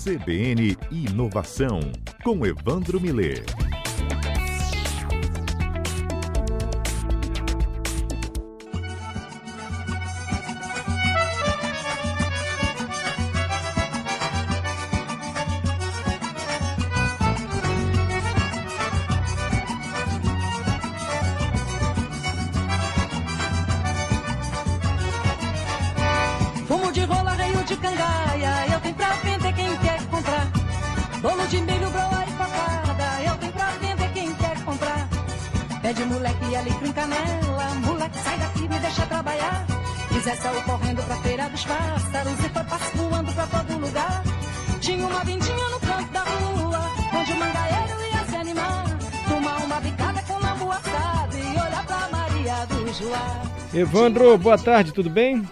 CBN Inovação, com Evandro Miller. Fumo de rola, reio de cangaia, eu tenho pra vender quem quer comprar. Bolo de milho, broa e cocada, eu tenho pra vender quem quer comprar. Pé de moleque, alecrim, canela, moleque sai daqui, me deixa trabalhar. Zé saiu correndo pra feira dos pássaros e foi passo voando pra todo lugar. Tinha uma vendinha no canto da rua, onde o mangaeiro ia se animar. Tomar uma bicada com lambu assado e olhar pra Maria do Joá. Evandro, boa tarde, tudo bem?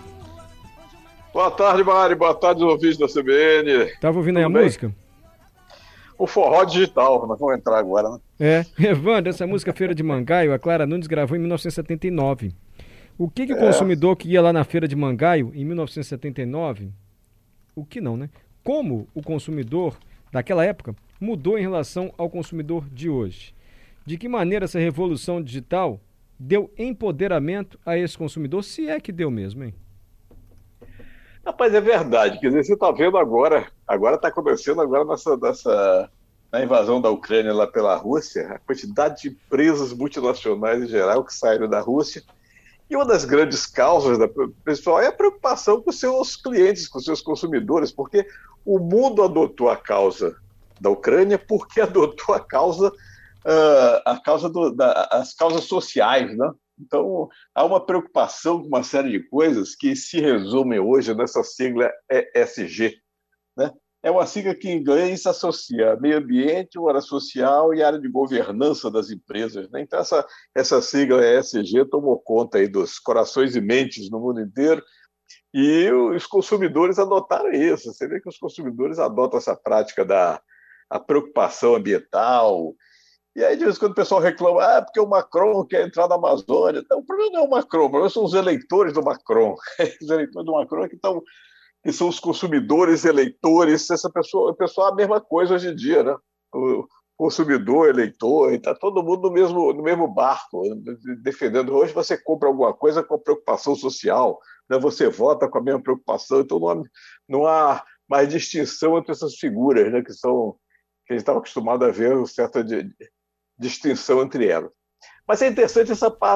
Boa tarde, Mari. Boa tarde, os ouvintes da CBN. Tava ouvindo aí a música? O forró digital, nós vamos entrar agora, né? Evandro, essa música Feira de Mangaio, a Clara Nunes gravou em 1979. O que o consumidor que ia lá na Feira de Mangaio em 1979, o que não, né? Como o consumidor daquela época mudou em relação ao consumidor de hoje? De que maneira essa revolução digital deu empoderamento a esse consumidor, se é que deu mesmo, hein? Rapaz, é verdade. Quer dizer, você está vendo agora está acontecendo agora na invasão da Ucrânia lá pela Rússia, a quantidade de empresas multinacionais em geral que saíram da Rússia. E uma das grandes causas da pessoal é a preocupação com seus clientes, com seus consumidores, porque o mundo adotou a causa da Ucrânia porque adotou as causas sociais, né? Então, há uma preocupação com uma série de coisas que se resumem hoje nessa sigla ESG, né? É uma sigla que em inglês associa meio ambiente, área social e área de governança das empresas, né? Então, essa sigla ESG tomou conta aí dos corações e mentes no mundo inteiro e os consumidores adotaram isso. Você vê que os consumidores adotam essa prática a preocupação ambiental. E aí, de vez em quando, o pessoal reclama, porque o Macron quer entrar na Amazônia. Então, o problema não é o Macron, o problema são os eleitores do Macron. Os eleitores do Macron que são os consumidores, eleitores. O pessoal é a mesma coisa hoje em dia, né? O consumidor, eleitor, está todo mundo no mesmo barco, defendendo. Hoje você compra alguma coisa com preocupação social, né? Você vota com a mesma preocupação, então não há mais distinção entre essas figuras, né? Que a gente estava acostumado a ver uma certa distinção entre elas. Mas é interessante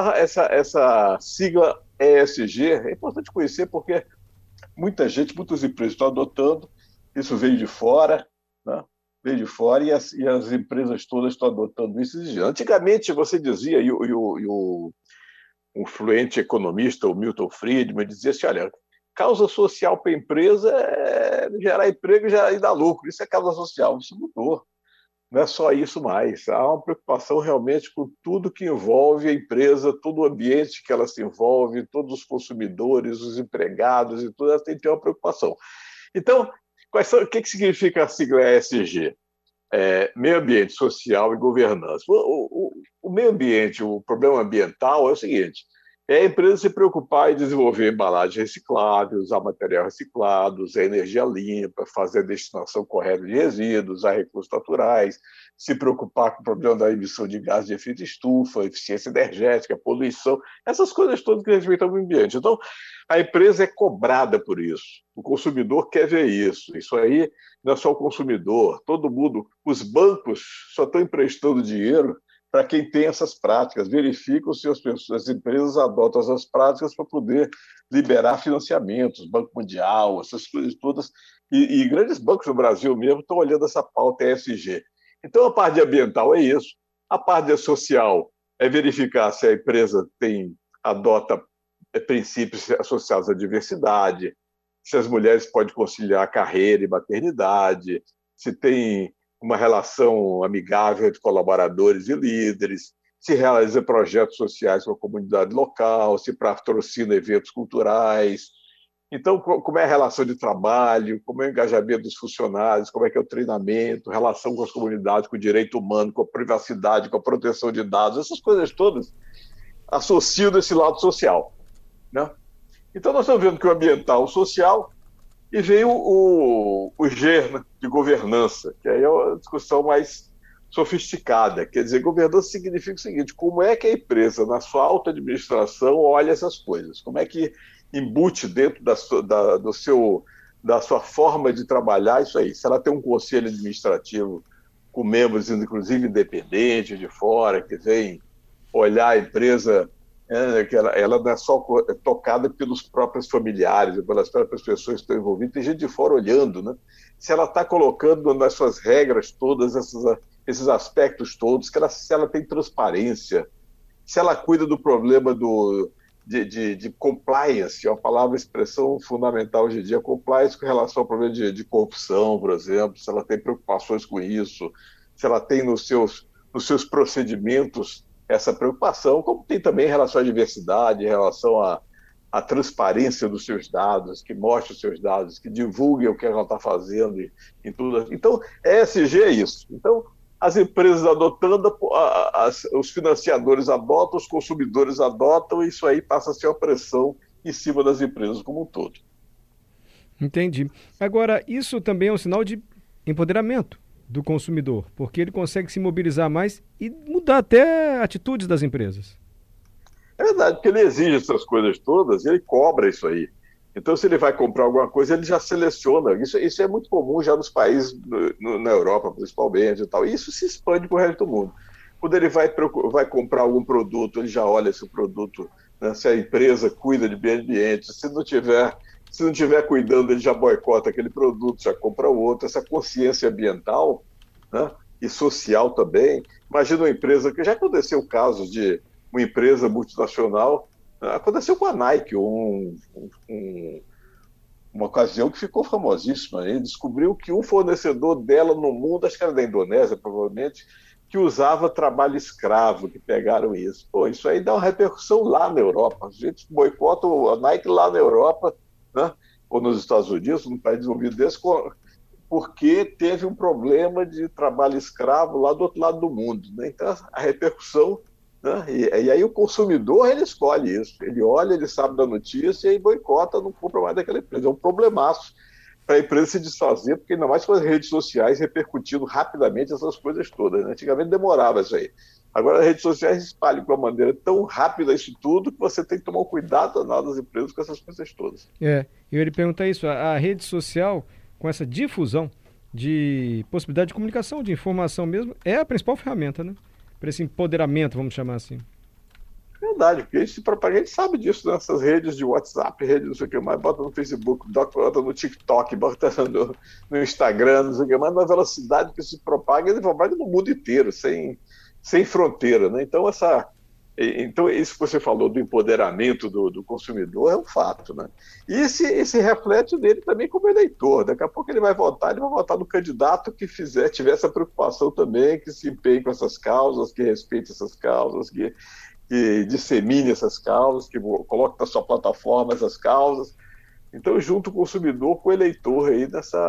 essa sigla ESG, é importante conhecer porque muitas empresas estão adotando, isso veio de fora, né? Veio de fora e as empresas todas estão adotando isso. Antigamente você dizia, e o fluente economista, o Milton Friedman, dizia assim, olha, causa social para a empresa é gerar emprego e dar lucro, isso é causa social, isso mudou. Não é só isso mais. Há uma preocupação realmente com tudo que envolve a empresa, todo o ambiente que ela se envolve, todos os consumidores, os empregados e tudo, ela tem que ter uma preocupação. Então, o que significa a sigla ESG? Meio ambiente, social e governança. O meio ambiente, o problema ambiental é o seguinte, é a empresa se preocupar em desenvolver embalagens recicláveis, usar material reciclado, usar energia limpa, fazer a destinação correta de resíduos, usar recursos naturais, se preocupar com o problema da emissão de gases de efeito estufa, eficiência energética, poluição, essas coisas todas que respeitam o ambiente. Então, a empresa é cobrada por isso. O consumidor quer ver isso. Isso aí não é só o consumidor, todo mundo. Os bancos só estão emprestando dinheiro para quem tem essas práticas, verificam se as empresas adotam essas práticas para poder liberar financiamentos, Banco Mundial, essas coisas todas, e grandes bancos do Brasil mesmo estão olhando essa pauta ESG. Então, a parte ambiental é isso, a parte social é verificar se a empresa adota princípios associados à diversidade, se as mulheres podem conciliar carreira e maternidade, se tem uma relação amigável entre colaboradores e líderes, se realiza projetos sociais com a comunidade local, se patrocina eventos culturais. Então, como é a relação de trabalho, como é o engajamento dos funcionários, como é que é o treinamento, relação com as comunidades, com o direito humano, com a privacidade, com a proteção de dados, essas coisas todas associam desse lado social, né? Então, nós estamos vendo que o ambiental, o social E veio o G, né, de governança, que aí é uma discussão mais sofisticada. Quer dizer, governança significa o seguinte: como é que a empresa, na sua alta administração, olha essas coisas? Como é que embute dentro da sua forma de trabalhar isso aí? Se ela tem um conselho administrativo com membros, inclusive independentes, de fora, que vem olhar a empresa, que ela não é só tocada pelos próprios familiares, pelas próprias pessoas que estão envolvidas, tem gente de fora olhando, né? Se ela está colocando nas suas regras todas esses aspectos todos, se ela tem transparência, se ela cuida do problema de compliance, é uma palavra, expressão fundamental hoje em dia, compliance com relação ao problema de corrupção, por exemplo, se ela tem preocupações com isso, se ela tem nos seus procedimentos essa preocupação, como tem também em relação à diversidade, em relação à transparência dos seus dados, que mostre os seus dados, que divulgue o que ela está fazendo em tudo. Então, ESG é isso. Então, as empresas adotando, os financiadores adotam, os consumidores adotam, e isso aí passa a ser uma pressão em cima das empresas como um todo. Entendi. Agora, isso também é um sinal de empoderamento do consumidor, porque ele consegue se mobilizar mais e mudar até atitudes das empresas. É verdade, porque ele exige essas coisas todas e ele cobra isso aí. Então, se ele vai comprar alguma coisa, ele já seleciona. Isso é muito comum já nos países, na Europa, principalmente, e tal. E isso se expande para o resto do mundo. Quando ele vai comprar algum produto, ele já olha se o produto, né, se a empresa cuida de meio ambiente. Se não tiver cuidando, ele já boicota aquele produto, já compra outro. Essa consciência ambiental, né, e social também. Imagina uma empresa, que já aconteceu o caso de uma empresa multinacional. Aconteceu com a Nike, uma ocasião que ficou famosíssima. Ele descobriu que um fornecedor dela no mundo, acho que era da Indonésia, provavelmente, que usava trabalho escravo, que pegaram isso. Pô, isso aí dá uma repercussão lá na Europa. A gente boicota a Nike lá na Europa, né? Ou nos Estados Unidos, num país desenvolvido desse, porque teve um problema de trabalho escravo lá do outro lado do mundo, né? Então, a repercussão... E aí o consumidor, ele escolhe isso, ele olha, ele sabe da notícia e boicota, não compra mais daquela empresa. É um problemaço para a empresa se desfazer, porque ainda mais com as redes sociais repercutindo rapidamente essas coisas todas, né? Antigamente demorava isso aí. Agora as redes sociais espalham de uma maneira tão rápida isso tudo que você tem que tomar um cuidado danado das empresas com essas coisas todas. Eu ia lhe perguntar isso, a rede social, com essa difusão de possibilidade de comunicação, de informação mesmo, é a principal ferramenta, né? Para esse empoderamento, vamos chamar assim. Verdade, porque a gente sabe disso, nessas redes de WhatsApp, redes não sei o que mais, bota no Facebook, bota no TikTok, bota no Instagram, não sei o que mais, na velocidade que se propaga, ele propaga no mundo inteiro, sem fronteira, né? Então, isso que você falou do empoderamento do consumidor é um fato, né? E esse reflete nele também como eleitor. Daqui a pouco ele vai votar no candidato que tiver essa preocupação também, que se empenhe com essas causas, que respeite essas causas, que dissemine essas causas, que coloque na sua plataforma essas causas. Então, junto o consumidor com o eleitor aí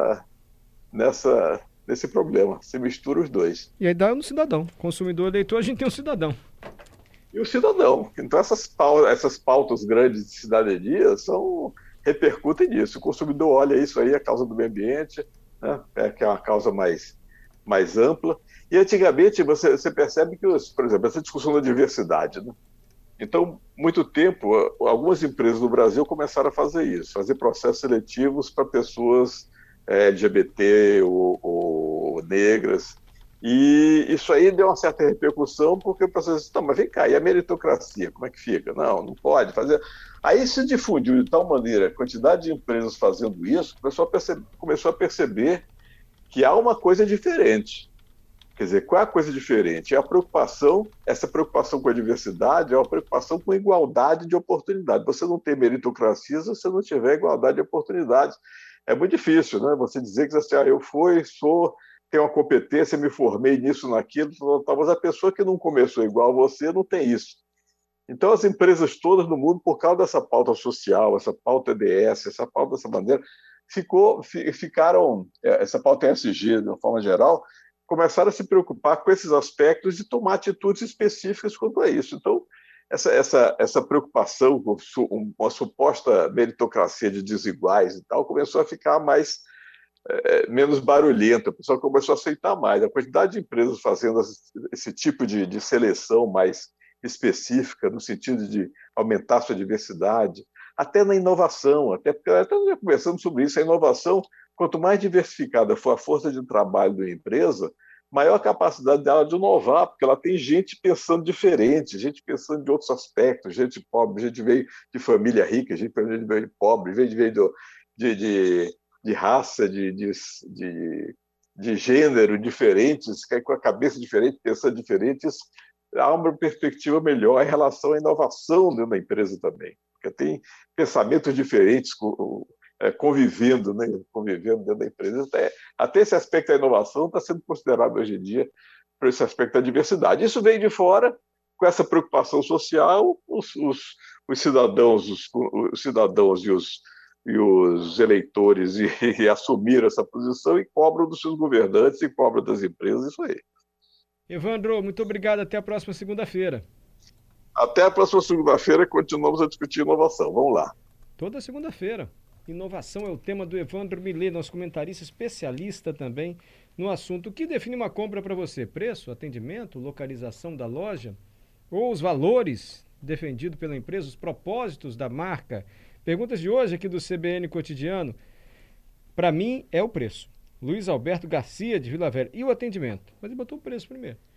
nesse problema. Se mistura os dois. E aí dá no cidadão. Consumidor, eleitor, a gente tem um cidadão. E o cidadão. Então, essas pautas grandes de cidadania repercutem nisso. O consumidor olha isso aí, a causa do meio ambiente, né, que é uma causa mais ampla. E antigamente você percebe que, por exemplo, essa discussão da diversidade, né? Então, muito tempo, algumas empresas no Brasil começaram a fazer isso, fazer processos seletivos para pessoas LGBT ou negras. E isso aí deu uma certa repercussão, porque o pessoal disse, mas vem cá, e a meritocracia, como é que fica? Não pode fazer. Aí se difundiu de tal maneira a quantidade de empresas fazendo isso, o pessoal começou a perceber que há uma coisa diferente. Quer dizer, qual é a coisa diferente? É essa preocupação com a diversidade é uma preocupação com igualdade de oportunidade. Você não tem meritocracia se você não tiver igualdade de oportunidades. É muito difícil, né? Você dizer que assim, eu tenho uma competência, me formei nisso, naquilo, mas a pessoa que não começou igual a você não tem isso. Então, as empresas todas no mundo, por causa dessa pauta social, essa pauta EDS, essa pauta dessa maneira, ficaram, essa pauta ESG, de uma forma geral, começaram a se preocupar com esses aspectos e tomar atitudes específicas quanto a isso. Então, essa preocupação com uma suposta meritocracia de desiguais e tal começou a ficar menos barulhenta, o pessoal começou a aceitar mais. A quantidade de empresas fazendo esse tipo de seleção mais específica, no sentido de aumentar a sua diversidade, até na inovação, até nós já conversamos sobre isso, a inovação, quanto mais diversificada for a força de trabalho da empresa, maior a capacidade dela de inovar, porque ela tem gente pensando diferente, gente pensando de outros aspectos, gente pobre, gente veio de família rica, gente veio de pobre, gente veio de raça, de gênero diferentes, com a cabeça diferente, pensando diferentes, há uma perspectiva melhor em relação à inovação dentro da empresa também, porque tem pensamentos diferentes convivendo dentro da empresa. Até esse aspecto da inovação está sendo considerado hoje em dia por esse aspecto da diversidade. Isso vem de fora, com essa preocupação social, os cidadãos e os eleitores e assumiram essa posição e cobram dos seus governantes e cobram das empresas, isso aí. Evandro, muito obrigado. Até a próxima segunda-feira. Até a próxima segunda-feira, continuamos a discutir inovação. Vamos lá. Toda segunda-feira. Inovação é o tema do Evandro Millet, nosso comentarista especialista também no assunto. O que define uma compra para você? Preço, atendimento, localização da loja? Ou os valores defendidos pela empresa, os propósitos da marca? Perguntas de hoje aqui do CBN Cotidiano. Para mim é o preço. Luiz Alberto Garcia de Vila Velha. E o atendimento? Mas ele botou o preço primeiro.